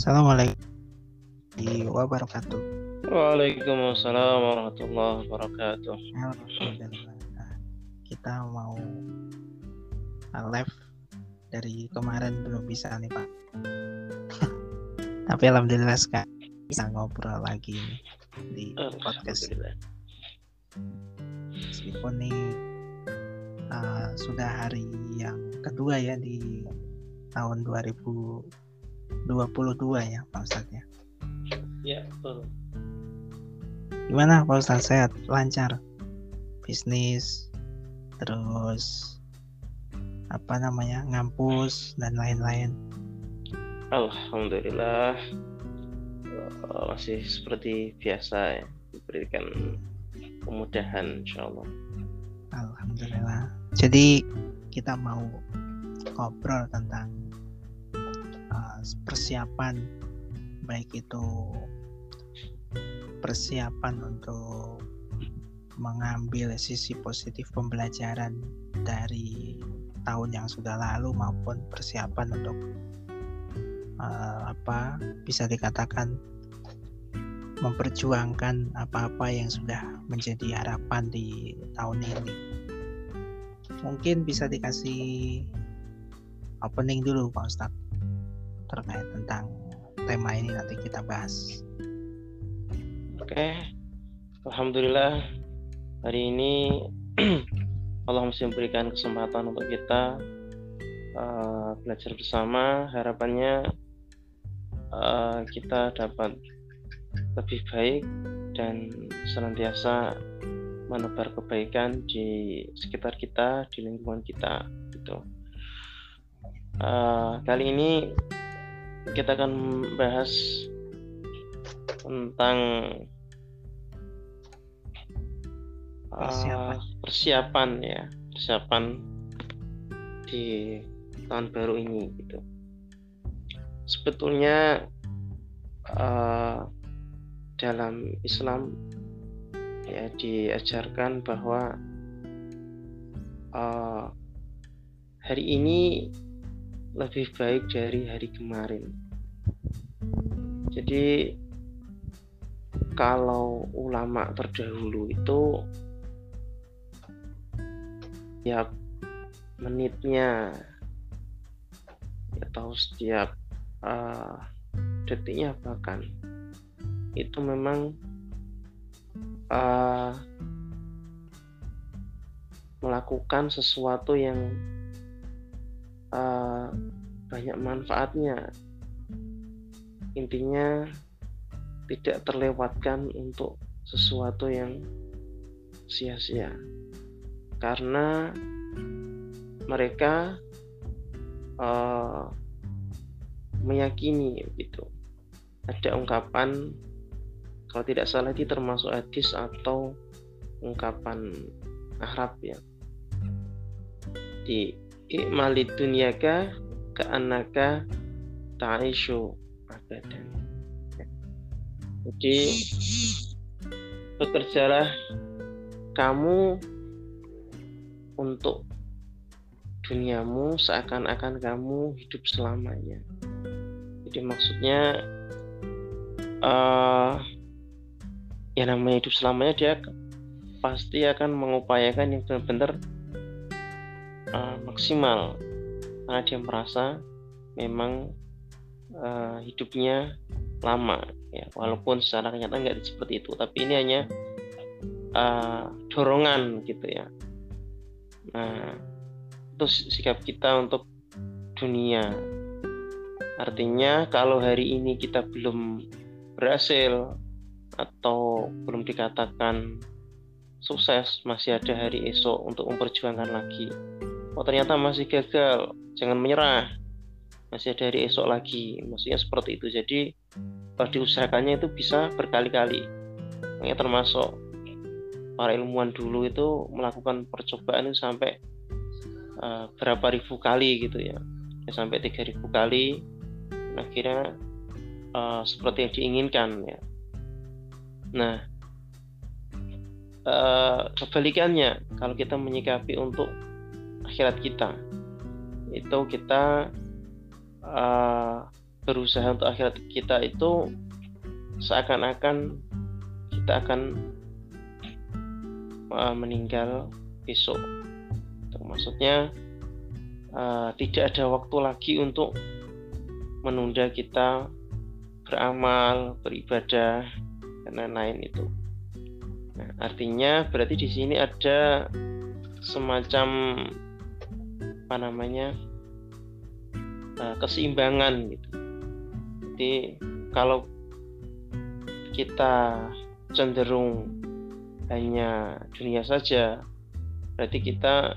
Assalamualaikum warahmatullahi wabarakatuh. Waalaikumsalam warahmatullahi wabarakatuh. Alhamdulillah. Kita mau live dari kemarin belum bisa nih Pak. Tapi alhamdulillah sekarang bisa ngobrol lagi nih di podcast. Meskipun nih sudah hari yang kedua ya di tahun 2022 ya Pak Ustadz ya. Ya, betul. Gimana Pak Ustadz, sehat, lancar? Bisnis, terus ngampus dan lain-lain? Alhamdulillah masih seperti biasa ya, diberikan kemudahan insyaallah. Alhamdulillah. Jadi kita mau ngobrol tentang persiapan, baik itu persiapan untuk mengambil sisi positif pembelajaran dari tahun yang sudah lalu maupun persiapan untuk bisa dikatakan memperjuangkan apa-apa yang sudah menjadi harapan di tahun ini. Mungkin bisa dikasih opening dulu Pak Ustadz terkait tentang tema ini, nanti kita bahas. Oke. Alhamdulillah hari ini Allah masih memberikan kesempatan untuk kita belajar bersama. Harapannya kita dapat lebih baik dan senantiasa menebar kebaikan di sekitar kita, di lingkungan kita gitu. Kali ini kita akan bahas tentang persiapan di tahun baru ini gitu. Sebetulnya dalam Islam ya diajarkan bahwa hari ini lebih baik dari hari kemarin. Jadi kalau ulama terdahulu itu setiap menitnya atau setiap detiknya bahkan itu memang melakukan sesuatu yang banyak manfaatnya. Intinya tidak terlewatkan untuk sesuatu yang sia-sia, karena mereka meyakini gitu. Ada ungkapan, kalau tidak salah itu termasuk hadis atau ungkapan Arab ya, di i'malid dunyaka ka'annaka ta'ishu abadan. Jadi bekerjalah kamu untuk duniamu seakan-akan kamu hidup selamanya. Jadi maksudnya yang namanya hidup selamanya, dia pasti akan mengupayakan yang benar-benar maksimal, karena dia merasa memang hidupnya lama ya, walaupun secara kenyataan nggak seperti itu, tapi ini hanya dorongan gitu ya. Nah, itu sikap kita untuk dunia. Artinya kalau hari ini kita belum berhasil atau belum dikatakan sukses, masih ada hari esok untuk memperjuangkan lagi. Oh ternyata masih gagal, jangan menyerah, masih ada hari esok lagi. Maksudnya seperti itu. Jadi kalau diusahakannya itu bisa berkali-kali. Makanya termasuk para ilmuwan dulu itu melakukan percobaan itu sampai berapa ribu kali gitu ya, sampai 3.000 kali. Akhirnya seperti yang diinginkan ya. Nah, kebalikannya, kalau kita menyikapi untuk akhirat kita, itu kita berusaha untuk akhirat kita itu seakan-akan kita akan meninggal besok. Maksudnya tidak ada waktu lagi untuk menunda kita beramal, beribadah, dan lain-lain itu. Nah, artinya berarti di sini ada semacam keseimbangan gitu. Jadi kalau kita cenderung hanya dunia saja, berarti kita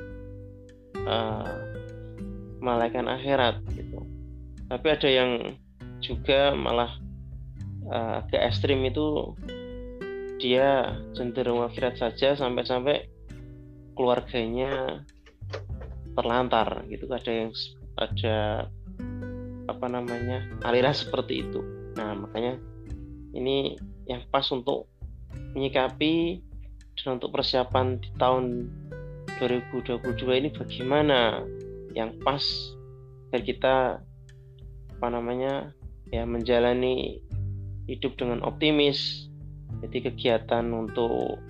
melalaikan akhirat gitu. Tapi ada yang juga malah agak ekstrim, itu dia cenderung akhirat saja sampai keluarganya terlantar gitu. Ada aliran seperti itu. Nah, makanya ini yang pas untuk menyikapi dan untuk persiapan di tahun 2022 ini bagaimana yang pas biar kita menjalani hidup dengan optimis. Jadi kegiatan untuk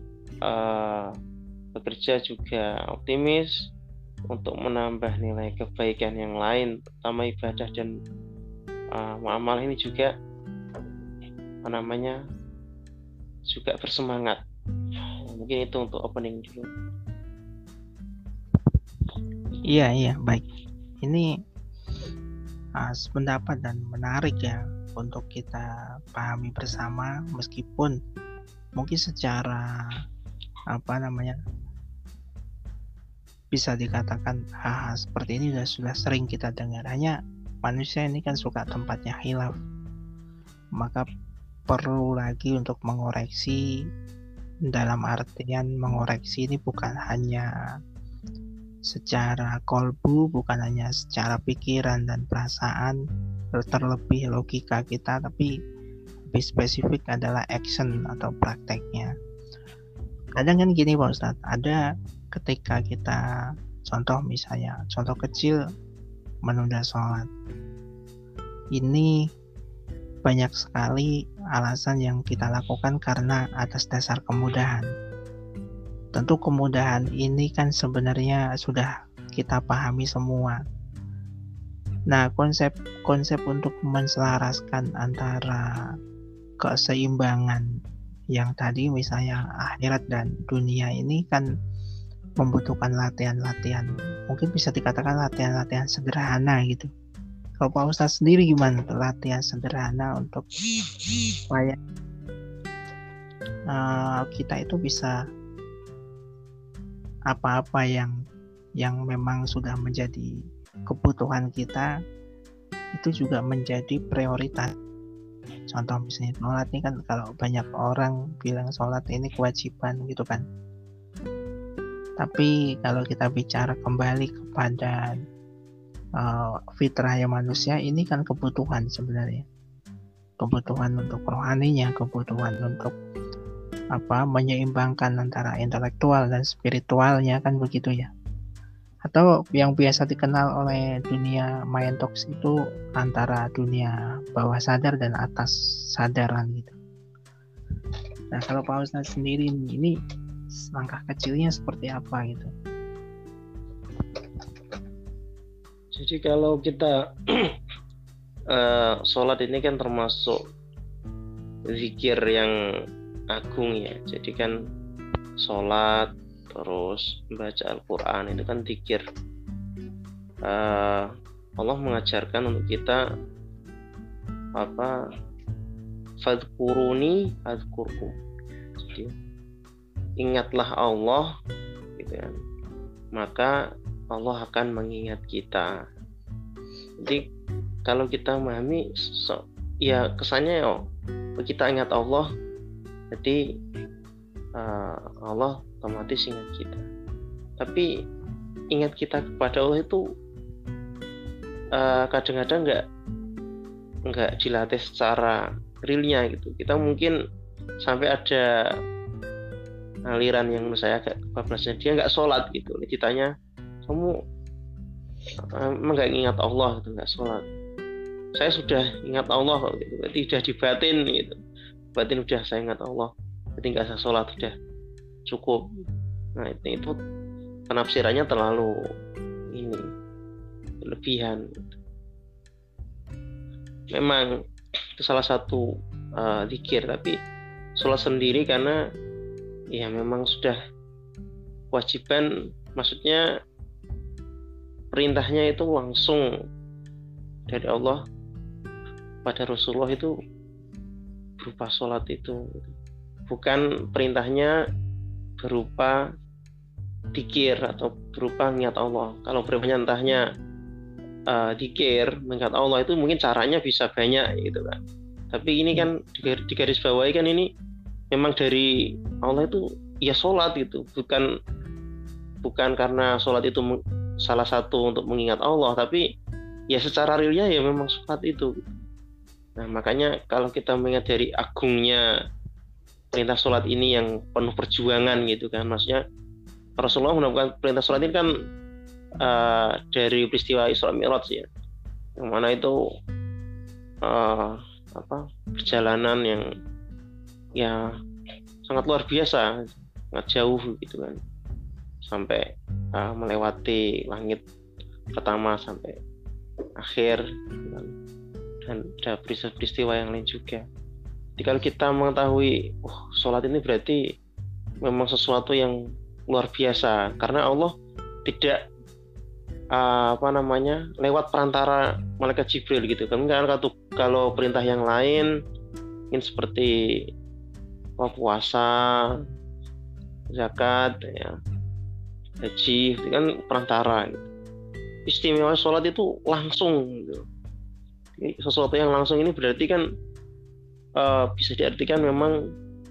bekerja juga optimis, untuk menambah nilai kebaikan yang lain, terutama ibadah dan muamalah ini juga juga bersemangat. Mungkin itu untuk opening dulu. Iya, baik. Ini sependapat dan menarik ya untuk kita pahami bersama, meskipun mungkin secara bisa dikatakan hal seperti ini sudah sering kita dengar. Hanya manusia ini kan suka tempatnya khilaf, maka perlu lagi untuk mengoreksi. Dalam artian mengoreksi ini bukan hanya secara kolbu, bukan hanya secara pikiran dan perasaan, terlebih logika kita, tapi lebih spesifik adalah action atau prakteknya. Kadang kan gini Pak Ustadz, ada ketika kita contoh kecil, menunda sholat. Ini banyak sekali alasan yang kita lakukan karena atas dasar kemudahan. Tentu kemudahan ini kan sebenarnya sudah kita pahami semua. Nah, konsep untuk menselaraskan antara keseimbangan yang tadi misalnya akhirat dan dunia ini kan membutuhkan latihan-latihan. Mungkin bisa dikatakan latihan-latihan sederhana gitu. Kalau Pak Ustadz sendiri gimana latihan sederhana untuk supaya kita itu bisa apa-apa yang memang sudah menjadi kebutuhan kita itu juga menjadi prioritas. Contoh misalnya sholat ini kan, kalau banyak orang bilang sholat ini kewajiban gitu kan. Tapi kalau kita bicara kembali kepada fitrahnya manusia, ini kan kebutuhan sebenarnya. Kebutuhan untuk rohaninya, kebutuhan untuk menyeimbangkan antara intelektual dan spiritualnya kan begitu ya. Atau yang biasa dikenal oleh dunia Mayenthox itu antara dunia bawah sadar dan atas sadaran gitu. Nah, kalau Pak Ustadz sendiri ini langkah kecilnya seperti apa gitu? Jadi kalau kita sholat ini kan termasuk zikir yang agung ya. Jadi kan sholat terus membaca Al-Quran itu kan zikir. Allah mengajarkan untuk kita fadhkuruni adzkurkum. Jadi ingatlah Allah gitu kan, maka Allah akan mengingat kita. Jadi kalau kita memahami ya kesannya kita ingat Allah, jadi Allah otomatis ingat kita. Tapi ingat kita kepada Allah itu kadang-kadang nggak dilatih secara realnya gitu. Kita mungkin sampai ada aliran yang menurut saya agak kebablasan, dia nggak sholat gitu. Ditanya, kamu emang nggak ingat Allah gitu, nggak sholat. saya sudah ingat Allah gitu. Berarti sudah di batin gitu. Batin udah saya ingat Allah. Berarti nggak usah sholat, sudah cukup. Nah itu penafsirannya terlalu ini berlebihan. Memang itu salah satu zikir, tapi sholat sendiri karena ya memang sudah kewajiban, maksudnya perintahnya itu langsung dari Allah pada Rasulullah itu berupa sholat itu, bukan perintahnya berupa dzikir atau berupa niat Allah. Kalau perintahnya dzikir mengingat Allah itu mungkin caranya bisa banyak gitu kan, tapi ini kan di garis bawahi kan ini memang dari Allah itu ya sholat itu, bukan karena sholat itu salah satu untuk mengingat Allah, tapi ya secara realnya ya memang sholat itu. Nah makanya kalau kita mengingat dari agungnya perintah sholat ini yang penuh perjuangan gitu kan, maksudnya Rasulullah menemukan perintah sholat ini kan dari peristiwa Isra Mi'raj ya, yang mana itu perjalanan yang ya sangat luar biasa, sangat jauh gitu kan, sampai melewati langit pertama sampai akhir gitu kan. Dan ada peristiwa yang lain juga. Jadi kalau kita mengetahui sholat ini berarti memang sesuatu yang luar biasa, karena Allah tidak lewat perantara malaikat Jibril gitu kan. Kalau perintah yang lain mungkin seperti puasa, zakat, ya, haji, itu kan perantara gitu. Istimewa sholat itu langsung gitu. Sesuatu yang langsung ini berarti kan bisa diartikan memang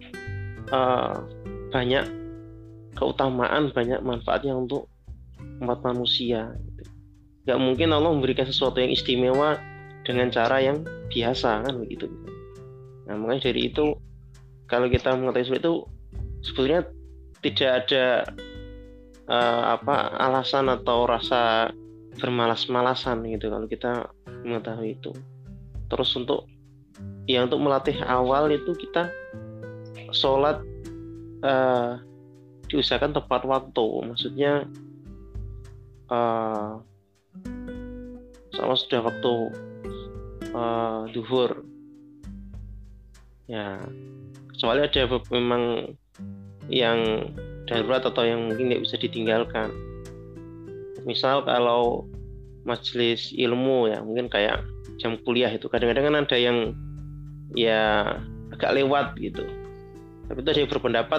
banyak keutamaan, banyak manfaatnya untuk umat manusia gitu. Gak mungkin Allah memberikan sesuatu yang istimewa dengan cara yang biasa kan begitu. Nah makanya dari itu kalau kita mengetahui seperti itu sebetulnya tidak ada alasan atau rasa bermalas-malasan gitu kalau kita mengetahui itu. Terus untuk melatih awal itu kita sholat diusahakan tepat waktu, maksudnya sama sudah waktu duhur ya, kecuali ada memang yang darurat atau yang mungkin nggak bisa ditinggalkan. Misal kalau majelis ilmu ya, mungkin kayak jam kuliah itu kadang-kadang kan ada yang ya agak lewat gitu, tapi itu ada yang berpendapat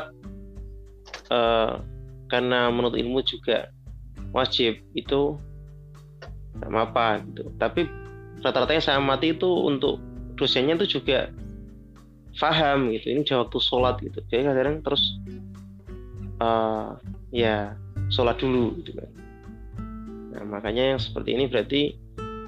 karena menuntut ilmu juga wajib itu nggak apa-apa gitu. Tapi rata-rata yang saya amati itu untuk dosennya itu juga paham gitu, ini udah waktu sholat gitu, jadi kadang-kadang terus ya sholat dulu gitu kan. Nah makanya yang seperti ini berarti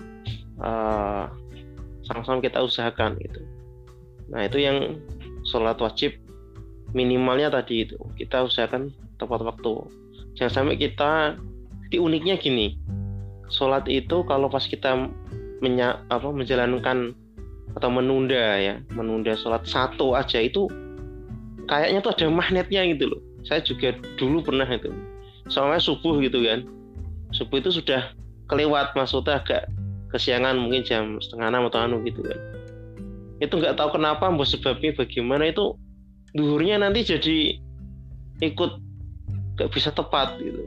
sama-sama kita usahakan gitu. Nah itu yang sholat wajib minimalnya tadi itu kita usahakan tepat waktu. Jangan sampai kita, uniknya gini, sholat itu kalau pas kita menjalankan atau menunda sholat satu aja itu kayaknya tuh ada magnetnya gitu loh. Saya juga dulu pernah itu, soalnya subuh gitu kan, subuh itu sudah kelewat, maksudnya agak kesiangan, mungkin jam 5:30 atau gitu kan. Itu nggak tahu kenapa, mbak sebabnya bagaimana, itu duhurnya nanti jadi ikut nggak bisa tepat gitu.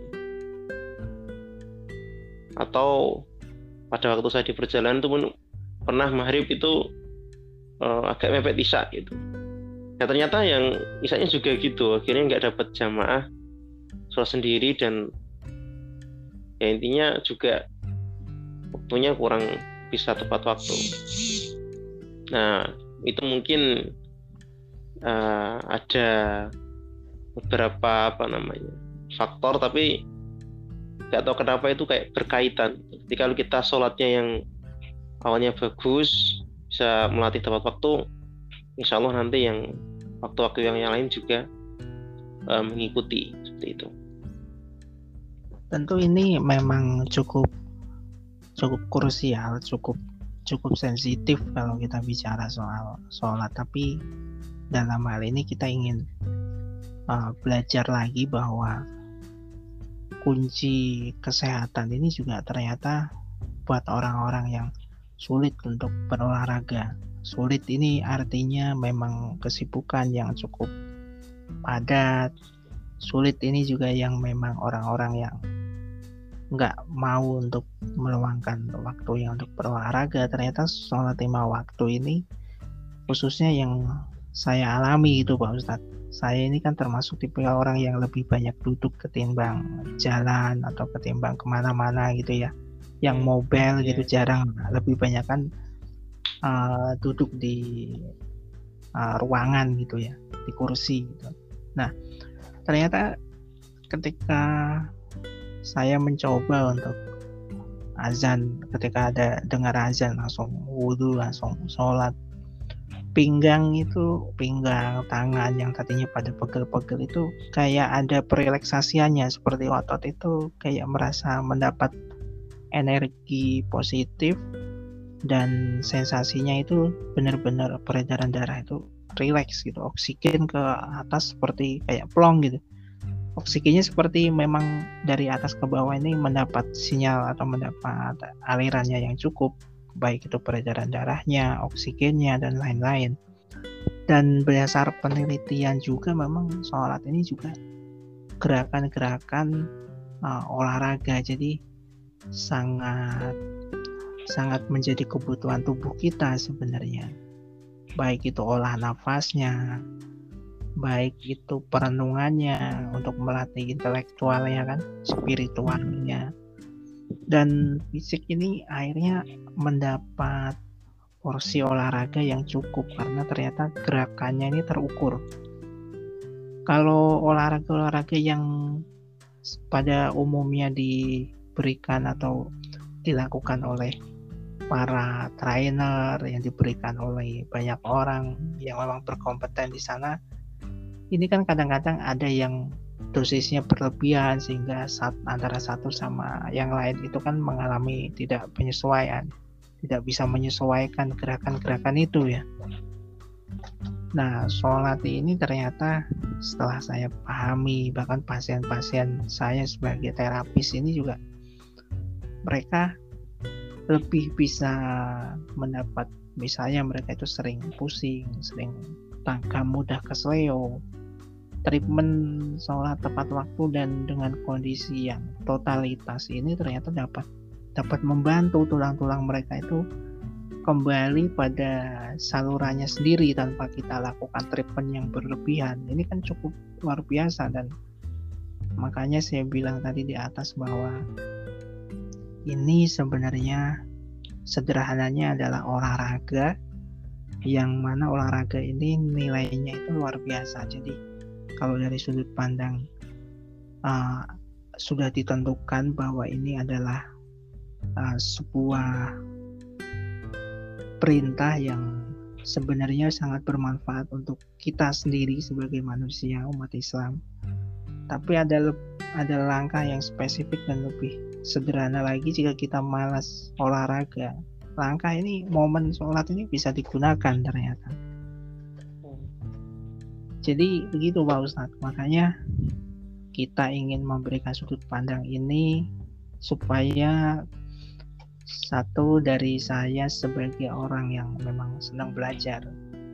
Atau pada waktu saya di perjalanan itu pun pernah maghrib itu agak mepet isya gitu. Nah ternyata yang isyanya juga gitu, akhirnya nggak dapat jamaah sholat sendiri, dan ya intinya juga waktunya kurang bisa tepat waktu. Nah itu mungkin ada beberapa faktor, tapi nggak tahu kenapa itu kayak berkaitan. Jadi kalau kita sholatnya yang awalnya bagus, bisa melatih tepat waktu, insya Allah nanti yang waktu-waktu yang lain juga mengikuti seperti itu. Tentu ini memang cukup krusial, cukup cukup sensitif kalau kita bicara soal sholat, tapi dalam hal ini kita ingin belajar lagi bahwa kunci kesehatan ini juga ternyata buat orang-orang yang sulit untuk berolahraga. Sulit ini artinya memang kesibukan yang cukup padat. Sulit ini juga yang memang orang-orang yang nggak mau untuk meluangkan waktunya untuk berolahraga. Ternyata sholat 5 waktu ini, khususnya yang saya alami itu Pak Ustadz, saya ini kan termasuk tipe orang yang lebih banyak duduk ketimbang jalan atau ketimbang kemana-mana gitu ya, yang mobile gitu jarang, lebih banyak kan duduk di ruangan gitu ya, di kursi gitu. Nah ternyata ketika saya mencoba untuk azan, ketika ada dengar azan langsung wudhu, langsung sholat, pinggang tangan yang tadinya pada pegel-pegel itu kayak ada perelaksasiannya, seperti otot itu kayak merasa mendapat energi positif dan sensasinya itu benar-benar peredaran darah itu rileks gitu, oksigen ke atas seperti kayak plong gitu. Oksigennya seperti memang dari atas ke bawah ini mendapat sinyal atau mendapat alirannya yang cukup, baik itu peredaran darahnya, oksigennya, dan lain-lain. Dan berdasar penelitian juga memang sholat ini juga gerakan-gerakan olahraga, jadi sangat menjadi kebutuhan tubuh kita sebenarnya, baik itu olah nafasnya, baik itu perenungannya untuk melatih intelektualnya kan, spiritualnya, dan fisik ini akhirnya mendapat porsi olahraga yang cukup karena ternyata gerakannya ini terukur. Kalau olahraga yang pada umumnya diberikan atau dilakukan oleh para trainer, yang diberikan oleh banyak orang yang memang berkompeten di sana, ini kan kadang-kadang ada yang dosisnya berlebihan sehingga antara satu sama yang lain itu kan mengalami tidak penyesuaian, tidak bisa menyesuaikan gerakan-gerakan itu ya. Nah, sholat ini ternyata setelah saya pahami, bahkan pasien-pasien saya sebagai terapis ini juga mereka lebih bisa mendapat, misalnya mereka itu sering pusing, sering mudah kesleo, treatment sholat tepat waktu dan dengan kondisi yang totalitas ini ternyata dapat membantu tulang-tulang mereka itu kembali pada salurannya sendiri tanpa kita lakukan treatment yang berlebihan. Ini kan cukup luar biasa, dan makanya saya bilang tadi di atas bahwa ini sebenarnya sederhananya adalah olahraga, yang mana olahraga ini nilainya itu luar biasa. Jadi kalau dari sudut pandang sudah ditentukan bahwa ini adalah sebuah perintah yang sebenarnya sangat bermanfaat untuk kita sendiri sebagai manusia umat Islam. Tapi ada langkah yang spesifik dan lebih sederhana lagi jika kita malas olahraga. Langkah ini, momen sholat ini bisa digunakan ternyata. Jadi begitu Pak Ustadz, makanya kita ingin memberikan sudut pandang ini supaya satu dari saya sebagai orang yang memang senang belajar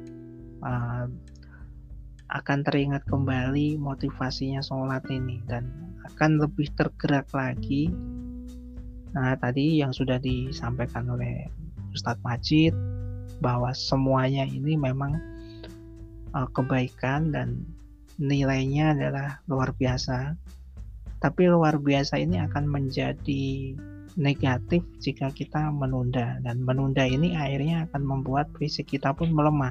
akan teringat kembali motivasinya sholat ini dan akan lebih tergerak lagi. Nah tadi yang sudah disampaikan oleh Ustadz Majid bahwa semuanya ini memang kebaikan dan nilainya adalah luar biasa, tapi luar biasa ini akan menjadi negatif jika kita menunda, dan menunda ini akhirnya akan membuat fisik kita pun melemah,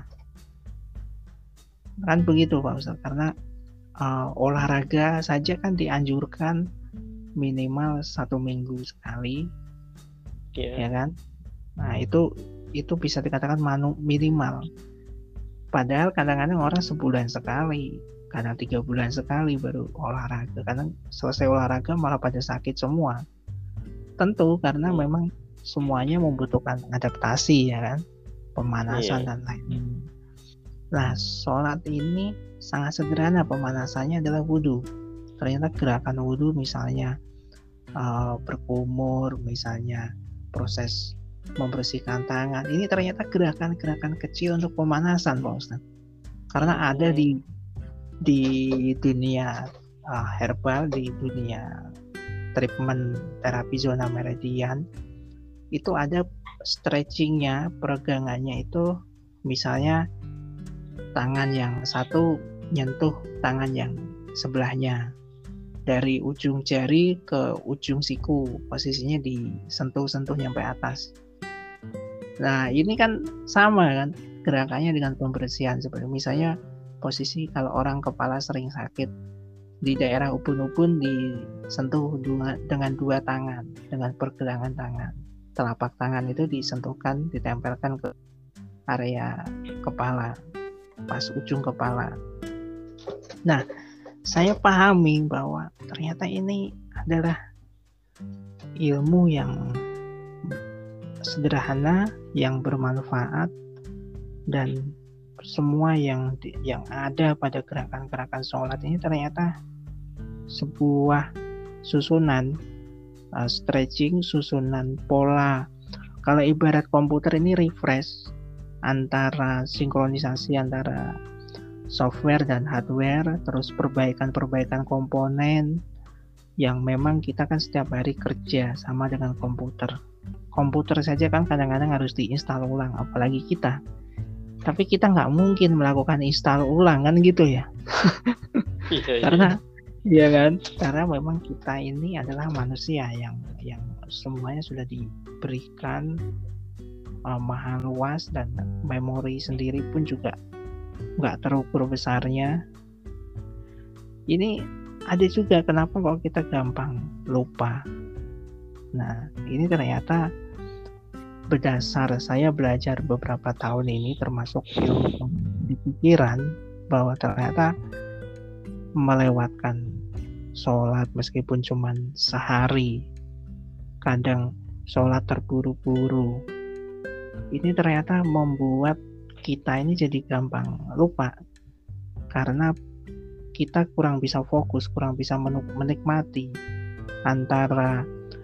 kan begitu Pak Ustadz. Karena olahraga saja kan dianjurkan minimal 1 minggu sekali, ya kan. Nah itu bisa dikatakan minimal. Padahal kadang-kadang orang sebulan sekali, kadang 3 bulan sekali baru olahraga. Kadang selesai olahraga malah pada sakit semua. Tentu karena memang semuanya membutuhkan adaptasi ya kan, pemanasan dan lain-lain. Nah, sholat ini sangat sederhana, pemanasannya adalah wudhu. Ternyata gerakan wudhu misalnya berkumur, misalnya proses membersihkan tangan, ini ternyata gerakan-gerakan kecil untuk pemanasan Pak Ustadz. Karena ada di dunia herbal, di dunia treatment terapi zona meridian, itu ada stretchingnya, peregangannya itu misalnya tangan yang satu nyentuh tangan yang sebelahnya, dari ujung jari ke ujung siku, posisinya disentuh-sentuh nyampe atas. Nah ini kan sama kan gerakannya dengan pembersihan, seperti misalnya posisi kalau orang kepala sering sakit, di daerah ubun-ubun disentuh dengan dua tangan, dengan pergelangan tangan, telapak tangan itu disentuhkan, ditempelkan ke area kepala, pas ujung kepala. Nah, saya pahami bahwa ternyata ini adalah ilmu yang sederhana, yang bermanfaat, dan semua yang ada pada gerakan-gerakan sholat ini ternyata sebuah susunan stretching, susunan pola. Kalau ibarat komputer ini refresh antara sinkronisasi antara software dan hardware, terus perbaikan komponen yang memang kita kan setiap hari kerja sama dengan komputer. Komputer saja kan kadang-kadang harus diinstal ulang, apalagi kita. Tapi kita nggak mungkin melakukan install ulang kan gitu ya. Karena ya kan, karena memang kita ini adalah manusia yang semuanya sudah diberikan maha luas, dan memori sendiri pun juga nggak terukur besarnya. Ini ada juga kenapa kok kita gampang lupa. Nah ini ternyata berdasar saya belajar beberapa tahun ini, termasuk ilmu di pikiran, bahwa ternyata melewatkan sholat meskipun cuma sehari, kadang sholat terburu-buru, ini ternyata membuat kita ini jadi gampang lupa, karena kita kurang bisa fokus, kurang bisa menikmati antara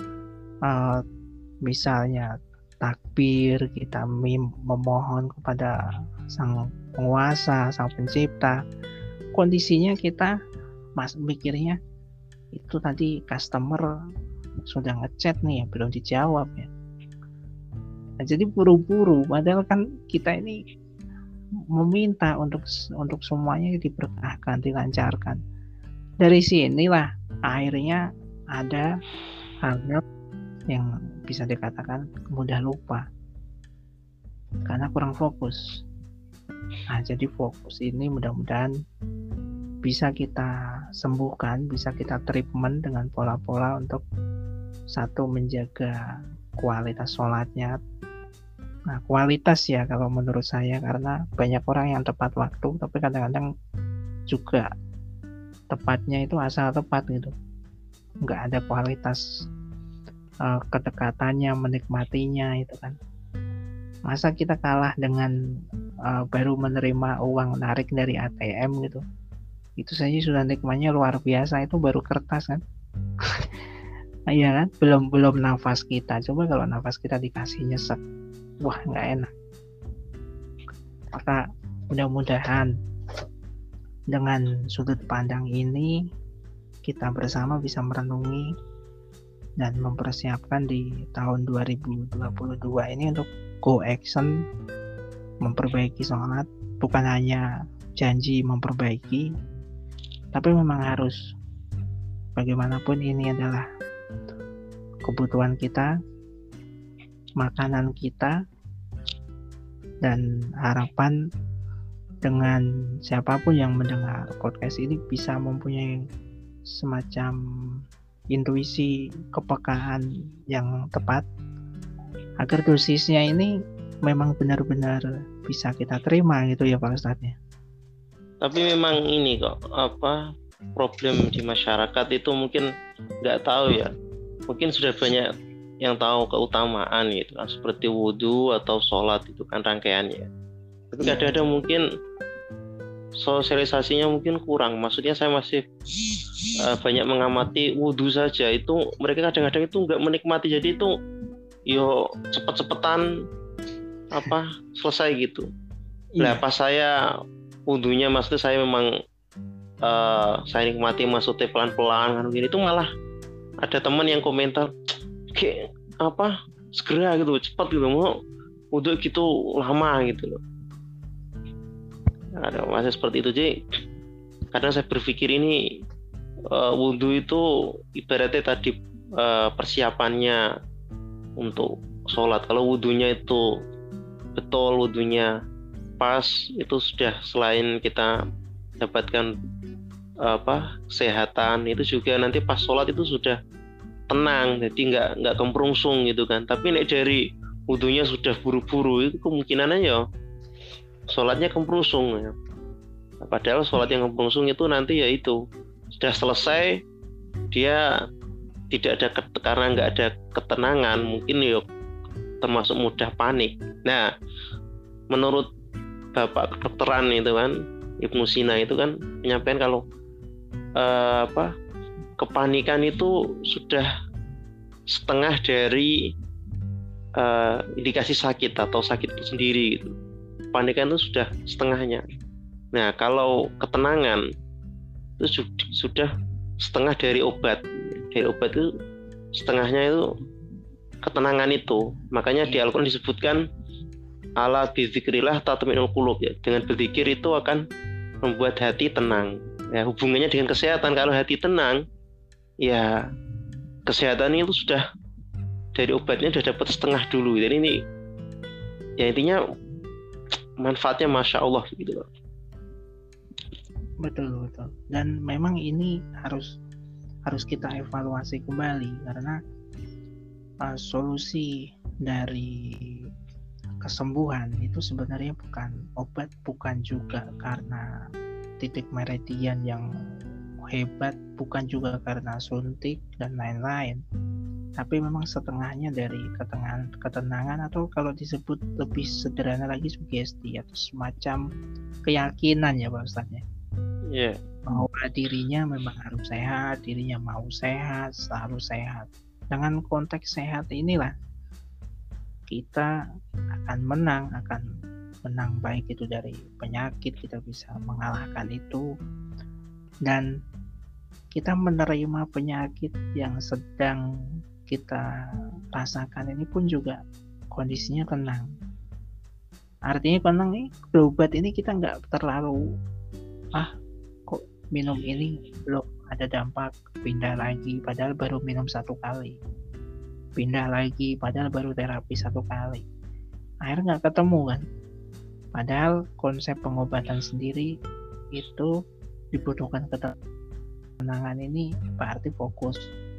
misalnya takbir, kita memohon kepada sang penguasa, sang pencipta, kondisinya kita mikirnya itu tadi customer sudah ngechat nih ya, belum dijawab ya. Nah, jadi buru-buru, padahal kan kita ini meminta untuk semuanya diberkahkan, dilancarkan. Dari sinilah akhirnya ada hal yang bisa dikatakan mudah lupa karena kurang fokus. Nah, jadi fokus ini mudah-mudahan bisa kita sembuhkan, bisa kita treatment dengan pola-pola untuk satu, menjaga kualitas sholatnya. Nah, kualitas ya kalau menurut saya, karena banyak orang yang tepat waktu, tapi kadang-kadang juga tepatnya itu asal tepat gitu, nggak ada kualitas kedekatannya, menikmatinya itu kan. Masa kita kalah dengan baru menerima uang narik dari ATM gitu, itu saja sudah nikmatnya luar biasa, itu baru kertas kan. Iya kan, belum nafas kita. Coba kalau nafas kita dikasih nyesek, wah nggak enak. Maka mudah-mudahan dengan sudut pandang ini kita bersama bisa merenungi dan mempersiapkan di tahun 2022 ini untuk go action, memperbaiki sholat. Bukan hanya janji memperbaiki, tapi memang harus, bagaimanapun ini adalah kebutuhan kita, makanan kita, dan harapan dengan siapapun yang mendengar podcast ini bisa mempunyai semacam intuisi, kepekaan yang tepat, agar dosisnya ini memang benar-benar bisa kita terima gitu ya Pak Ustadz ya. Tapi memang ini kok problem di masyarakat itu mungkin nggak tahu ya, mungkin sudah banyak yang tahu keutamaan gitu kan, seperti wudhu atau sholat itu kan rangkaiannya. Tapi kadang-kadang mungkin sosialisasinya mungkin kurang. Maksudnya saya masih banyak mengamati wudhu saja, itu mereka kadang-kadang itu nggak menikmati, jadi itu yo cepet-cepetan selesai gitu. Lah pas saya wudhunya, maksudnya saya memang saya nikmati maksudnya pelan-pelan kan gini, itu malah ada teman yang komentar kayak segera gitu, cepat gitu, mau wudhu gitu lama gitu loh. Ada masa seperti itu. Jadi kadang saya berpikir ini wudhu itu ibaratnya tadi persiapannya untuk sholat. Kalau wudhunya itu betul, wudhunya pas, itu sudah selain kita dapatkan kesehatan, itu juga nanti pas sholat itu sudah tenang, jadi nggak kemprungsung gitu kan. Tapi nek dari wudhunya sudah buru-buru, itu kemungkinannya ya sholatnya kemprungsung ya. Padahal sholat yang kemprungsung itu nanti ya itu sudah selesai, dia tidak ada karena nggak ada ketenangan, mungkin ya termasuk mudah panik. Nah, menurut Bapak kedokteran itu kan, Ibnu Sina itu kan menyampaikan kalau kepanikan itu sudah setengah dari indikasi sakit atau sakit itu sendiri gitu. Kepanikan itu sudah setengahnya. Nah, kalau ketenangan itu sudah setengah dari obat. Dari obat itu setengahnya itu ketenangan itu. Makanya di Al-Quran disebutkan ala bizikrillah tatma'innul qulub ya. Dengan berzikir itu akan membuat hati tenang. Ya, hubungannya dengan kesehatan. Kalau hati tenang, ya kesehatan itu sudah dari obatnya sudah dapat setengah dulu. Jadi ini ya intinya manfaatnya Masya Allah gitu loh. Betul. Dan memang ini harus kita evaluasi kembali, karena solusi dari kesembuhan itu sebenarnya bukan obat, bukan juga karena titik meridian yang hebat, bukan juga karena suntik dan lain-lain, tapi memang setengahnya dari ketenangan atau kalau disebut lebih sederhana lagi sugesti atau semacam keyakinan ya Pak Ustadz ya. Yeah. Bahwa dirinya memang harus sehat, dirinya mau sehat, selalu sehat. Dengan konteks sehat inilah kita akan menang baik itu dari penyakit, kita bisa mengalahkan itu, dan kita menerima penyakit yang sedang kita rasakan ini pun juga kondisinya tenang. Artinya tenang nih, berobat ini kita nggak terlalu kok minum ini belum ada dampak, pindah lagi padahal baru minum 1 kali, pindah lagi padahal baru terapi 1 kali, akhirnya nggak ketemu kan. Padahal konsep pengobatan sendiri itu dibutuhkan ketenangan. Ini berarti fokus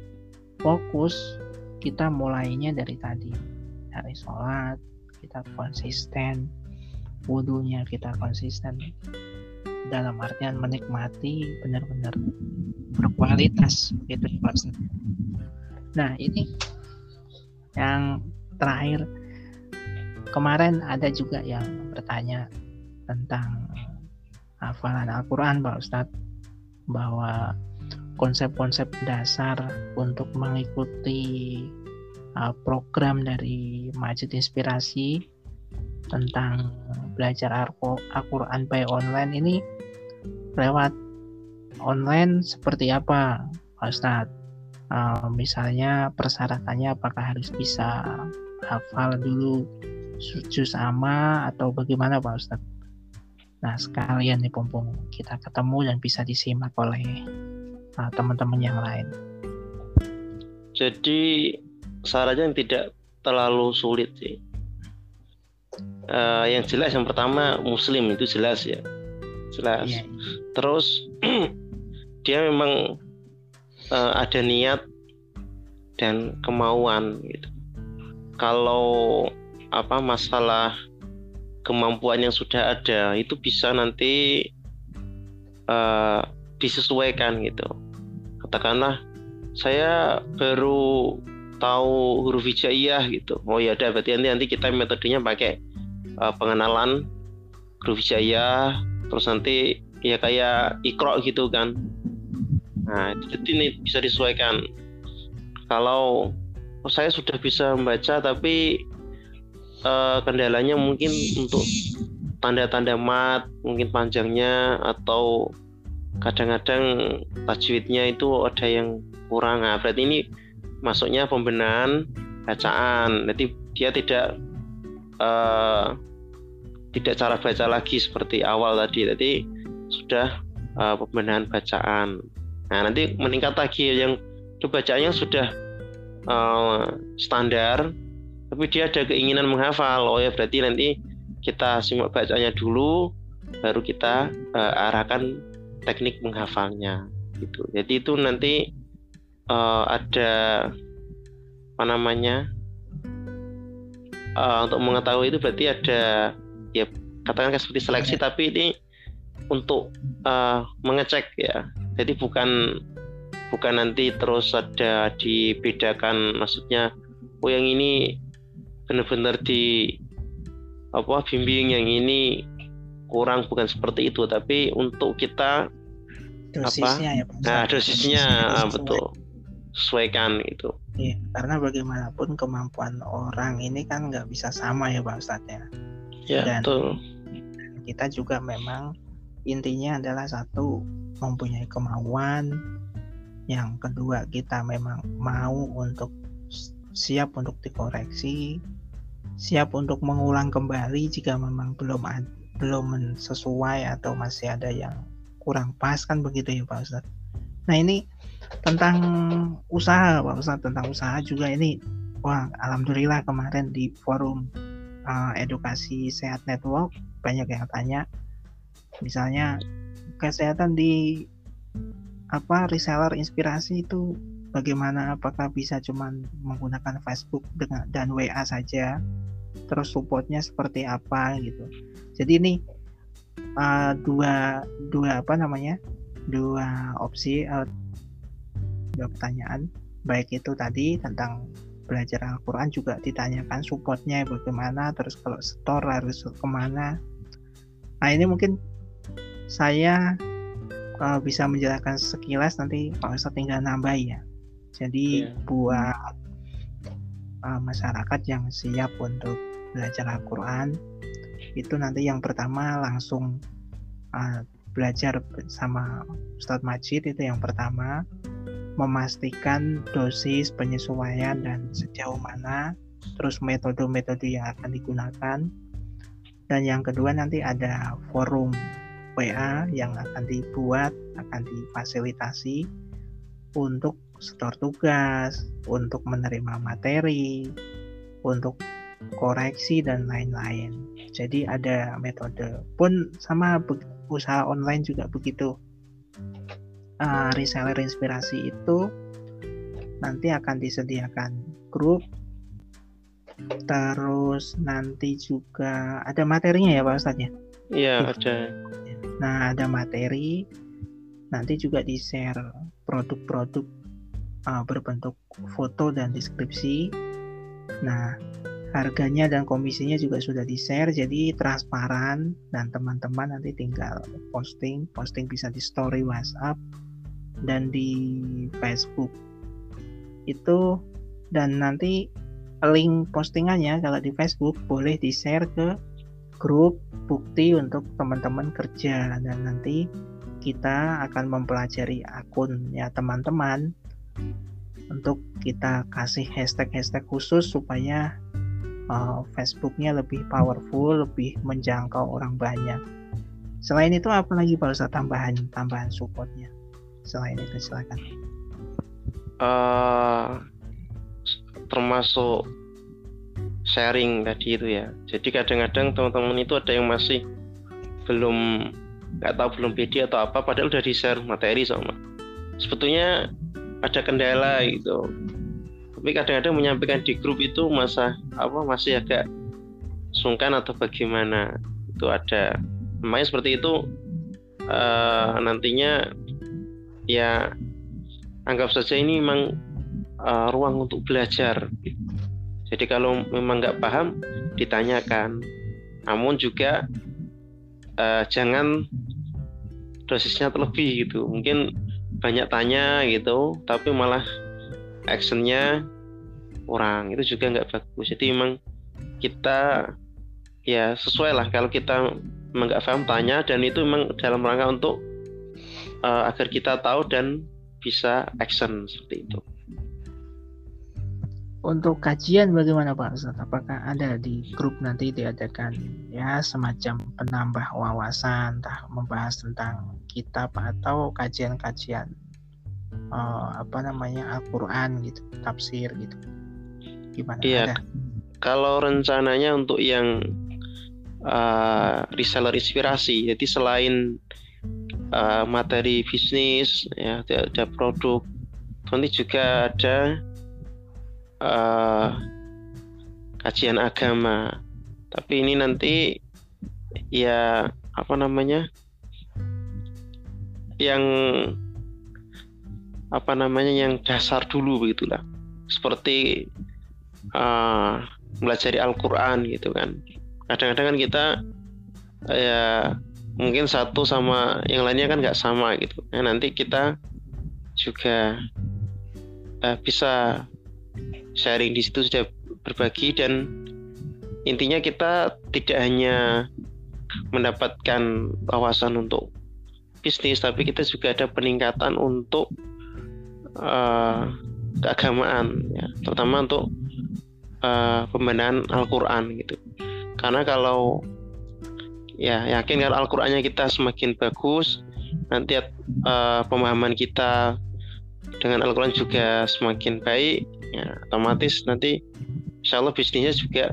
kita mulainya dari tadi, dari sholat kita konsisten, wudhunya kita konsisten, dalam artian menikmati benar-benar berkualitas gitu Pak. Nah ini yang terakhir, kemarin ada juga yang bertanya tentang hafalan Al-Quran Pak Ustadz, bahwa konsep-konsep dasar untuk mengikuti program dari Masjid Inspirasi tentang belajar Al-Quran by online ini lewat online seperti apa Pak Ustadz? Misalnya persyaratannya apakah harus bisa hafal dulu juz amma atau bagaimana Pak Ustadz? Nah sekalian nih pompong kita ketemu dan bisa disimak oleh teman-teman yang lain. Jadi syaratnya yang tidak terlalu sulit sih. Yang jelas yang pertama muslim itu jelas ya, jelas. Yeah. Terus dia memang ada niat dan kemauan gitu. Kalau masalah kemampuan yang sudah ada itu bisa nanti disesuaikan gitu. Katakanlah saya baru tahu huruf hijaiyah gitu. Oh ya udah, berarti nanti kita metodenya pakai pengenalan huruf hijaiyah, terus nanti ya kayak Iqra gitu kan. Nah, jadi ini bisa disesuaikan. Kalau saya sudah bisa membaca tapi kendalanya mungkin untuk tanda-tanda mat, mungkin panjangnya, atau kadang-kadang tajwidnya itu ada yang kurang. Nah, berarti ini masuknya pembenahan bacaan. Jadi dia tidak cara baca lagi seperti awal tadi. Jadi sudah pembenahan bacaan. Nah, nanti meningkat lagi yang bacaannya sudah standar, tapi dia ada keinginan menghafal. Oh ya, berarti nanti kita simak bacanya dulu, baru kita arahkan teknik menghafalnya gitu. Jadi itu nanti ada apa namanya, untuk mengetahui itu berarti ada ya katakan seperti seleksi, tapi ini untuk mengecek ya. Jadi bukan nanti terus ada dibedakan, maksudnya oh yang ini benar-benar di bimbing, yang ini kurang, bukan seperti itu, tapi untuk kita dosisnya ya Pak. Nah, dosisnya betul sesuaikan gitu. Iya, karena bagaimanapun kemampuan orang ini kan nggak bisa sama ya Pak Ustadz ya. Ya, dan betul. Kita juga memang intinya adalah satu, mempunyai kemauan, yang kedua kita memang mau untuk siap untuk dikoreksi, siap untuk mengulang kembali jika memang belum sesuai atau masih ada yang kurang pas, kan begitu ya Pak Ustadz. Nah ini tentang usaha Pak Ustadz, tentang usaha juga ini, wah alhamdulillah kemarin di forum edukasi sehat network banyak yang tanya, misalnya kesehatan di reseller inspirasi itu bagaimana, apakah bisa cuman menggunakan Facebook dan WA saja, terus supportnya seperti apa gitu. Jadi ini dua opsi, dua pertanyaan, baik itu tadi tentang belajar Al-Quran juga ditanyakan supportnya bagaimana, terus kalau store harus kemana. Nah ini mungkin saya bisa menjelaskan sekilas, nanti Pak Ustadz tinggal nambah ya. Jadi buat masyarakat yang siap untuk belajar Al-Quran, itu nanti yang pertama langsung belajar sama Ustadz Majid. Itu yang pertama, memastikan dosis, penyesuaian, dan sejauh mana, terus metode-metode yang akan digunakan. Dan yang kedua nanti ada forum WA yang akan dibuat, akan difasilitasi untuk setor tugas, untuk menerima materi, untuk koreksi dan lain-lain. Jadi ada metode. Pun sama usaha online juga begitu. Reseller inspirasi itu nanti akan disediakan grup, terus nanti juga ada materinya ya Pak Ustadz ya? Iya, ada. Nah, ada materi, nanti juga di-share produk-produk berbentuk foto dan deskripsi. Nah, harganya dan komisinya juga sudah di-share, jadi transparan, dan teman-teman nanti tinggal posting bisa di story WhatsApp dan di Facebook itu. Dan nanti link postingannya kalau di Facebook boleh di-share ke grup bukti untuk teman-teman kerja, dan nanti kita akan mempelajari akunnya teman-teman untuk kita kasih hashtag khusus supaya Facebooknya lebih powerful, lebih menjangkau orang banyak. Selain itu apa lagi Pak Ustadz tambahan supportnya? Selain itu silakan. Termasuk sharing tadi itu ya. Jadi kadang-kadang teman-teman itu ada yang masih belum pede atau apa, padahal udah di-share materi sama. Sebetulnya ada kendala gitu. Tapi kadang-kadang menyampaikan di grup itu masih agak sungkan atau bagaimana. Itu ada. Namanya seperti itu, nantinya ya anggap saja ini memang ruang untuk belajar. Jadi kalau memang nggak paham, ditanyakan. Namun juga jangan dosisnya terlebih gitu. Mungkin banyak tanya gitu, tapi malah actionnya kurang. Itu juga nggak bagus. Jadi memang kita ya sesuai lah. Kalau kita memang nggak paham, tanya. Dan itu memang dalam rangka untuk agar kita tahu dan bisa action seperti itu. Untuk kajian bagaimana Pak Ustadz? Apakah ada di grup nanti diadakan ya semacam penambah wawasan, entah membahas tentang kitab atau kajian-kajian Al-Quran gitu, tafsir gitu? Gimana? Iya, Ada? kalau rencananya untuk yang reseller inspirasi, jadi selain materi bisnis, ya ada produk, nanti juga ada kajian agama. Tapi ini nanti ya yang dasar dulu begitulah, seperti belajar Al-Quran gitu kan. Kadang-kadang kan kita ya mungkin satu sama yang lainnya kan nggak sama gitu. Nah, nanti kita juga bisa sharing di situ, sudah berbagi, dan intinya kita tidak hanya mendapatkan wawasan untuk bisnis, tapi kita juga ada peningkatan untuk keagamaan, ya, terutama untuk pembenahan Al-Quran gitu. Karena kalau ya yakin kalau Al-Qurannya kita semakin bagus, nanti pemahaman kita dengan Al-Quran juga semakin baik, ya, otomatis nanti insya Allah bisnisnya juga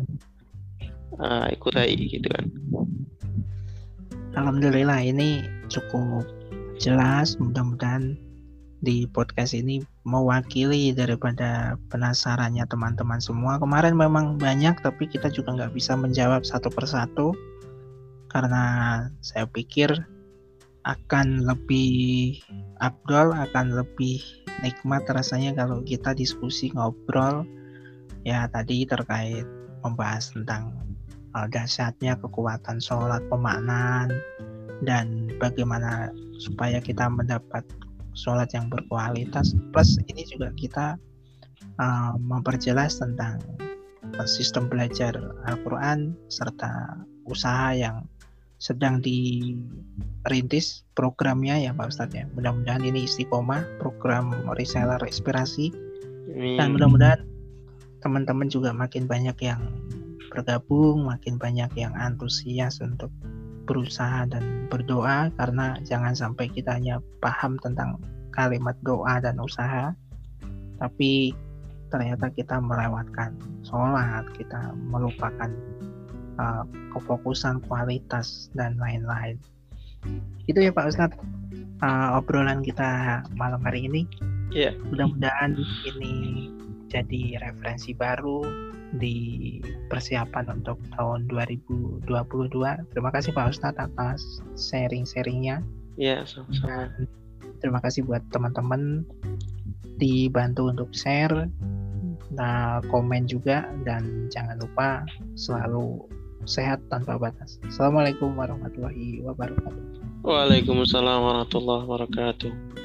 ikut baik gitu kan. Alhamdulillah ini cukup jelas. Mudah-mudahan di podcast ini mewakili daripada penasarannya teman-teman semua. Kemarin memang banyak, tapi kita juga nggak bisa menjawab satu persatu karena saya pikir akan lebih afdol, akan lebih nikmat rasanya kalau kita diskusi, ngobrol ya tadi terkait membahas tentang dahsyatnya kekuatan sholat, pemaknaan, dan bagaimana supaya kita mendapat sholat yang berkualitas. Plus ini juga kita memperjelas tentang sistem belajar Al-Quran serta usaha yang sedang dirintis programnya ya Pak Ustadz ya. Mudah-mudahan ini istiqomah program reseller inspirasi, dan mudah-mudahan teman-teman juga makin banyak yang bergabung, makin banyak yang antusias untuk berusaha dan berdoa, karena jangan sampai kita hanya paham tentang kalimat doa dan usaha tapi ternyata kita melewatkan sholat, kita melupakan kefokusan kualitas dan lain-lain. Itu ya Pak Ustadz obrolan kita malam hari ini. Yeah. Mudah-mudahan ini jadi referensi baru di persiapan untuk tahun 2022. Terima kasih Pak Ustadz atas sharing-sharingnya. Ya, sama-sama. Terima kasih buat teman-teman, dibantu untuk share, komen juga, dan jangan lupa selalu sehat tanpa batas. Assalamualaikum warahmatullahi wabarakatuh. Waalaikumsalam warahmatullahi wabarakatuh.